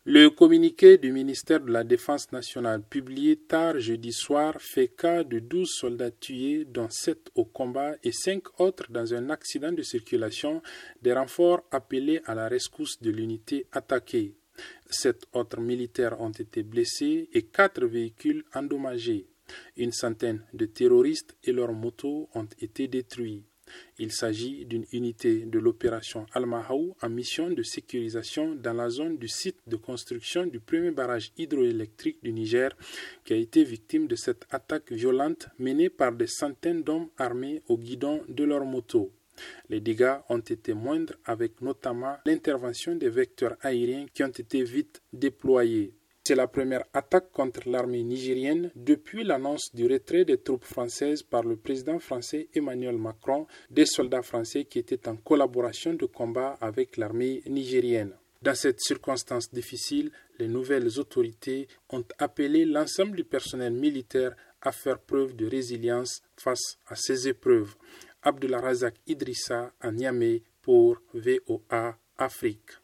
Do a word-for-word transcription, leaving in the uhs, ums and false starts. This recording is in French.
Le communiqué du ministère de la Défense nationale publié tard jeudi soir fait cas de douze soldats tués, dont sept au combat et cinq autres dans un accident de circulation, des renforts appelés à la rescousse de l'unité attaquée. Sept autres militaires ont été blessés et quatre véhicules endommagés. Une centaine de terroristes et leurs motos ont été détruits. Il s'agit d'une unité de l'opération Al-Mahaou en mission de sécurisation dans la zone du site de construction du premier barrage hydroélectrique du Niger qui a été victime de cette attaque violente menée par des centaines d'hommes armés au guidon de leurs motos. Les dégâts ont été moindres avec notamment l'intervention des vecteurs aériens qui ont été vite déployés. C'est la première attaque contre l'armée nigérienne depuis l'annonce du retrait des troupes françaises par le président français Emmanuel Macron, des soldats français qui étaient en collaboration de combat avec l'armée nigérienne. Dans cette circonstance difficile, les nouvelles autorités ont appelé l'ensemble du personnel militaire à faire preuve de résilience face à ces épreuves. Abdullah Razak Idrissa à Niamey pour V O A Afrique.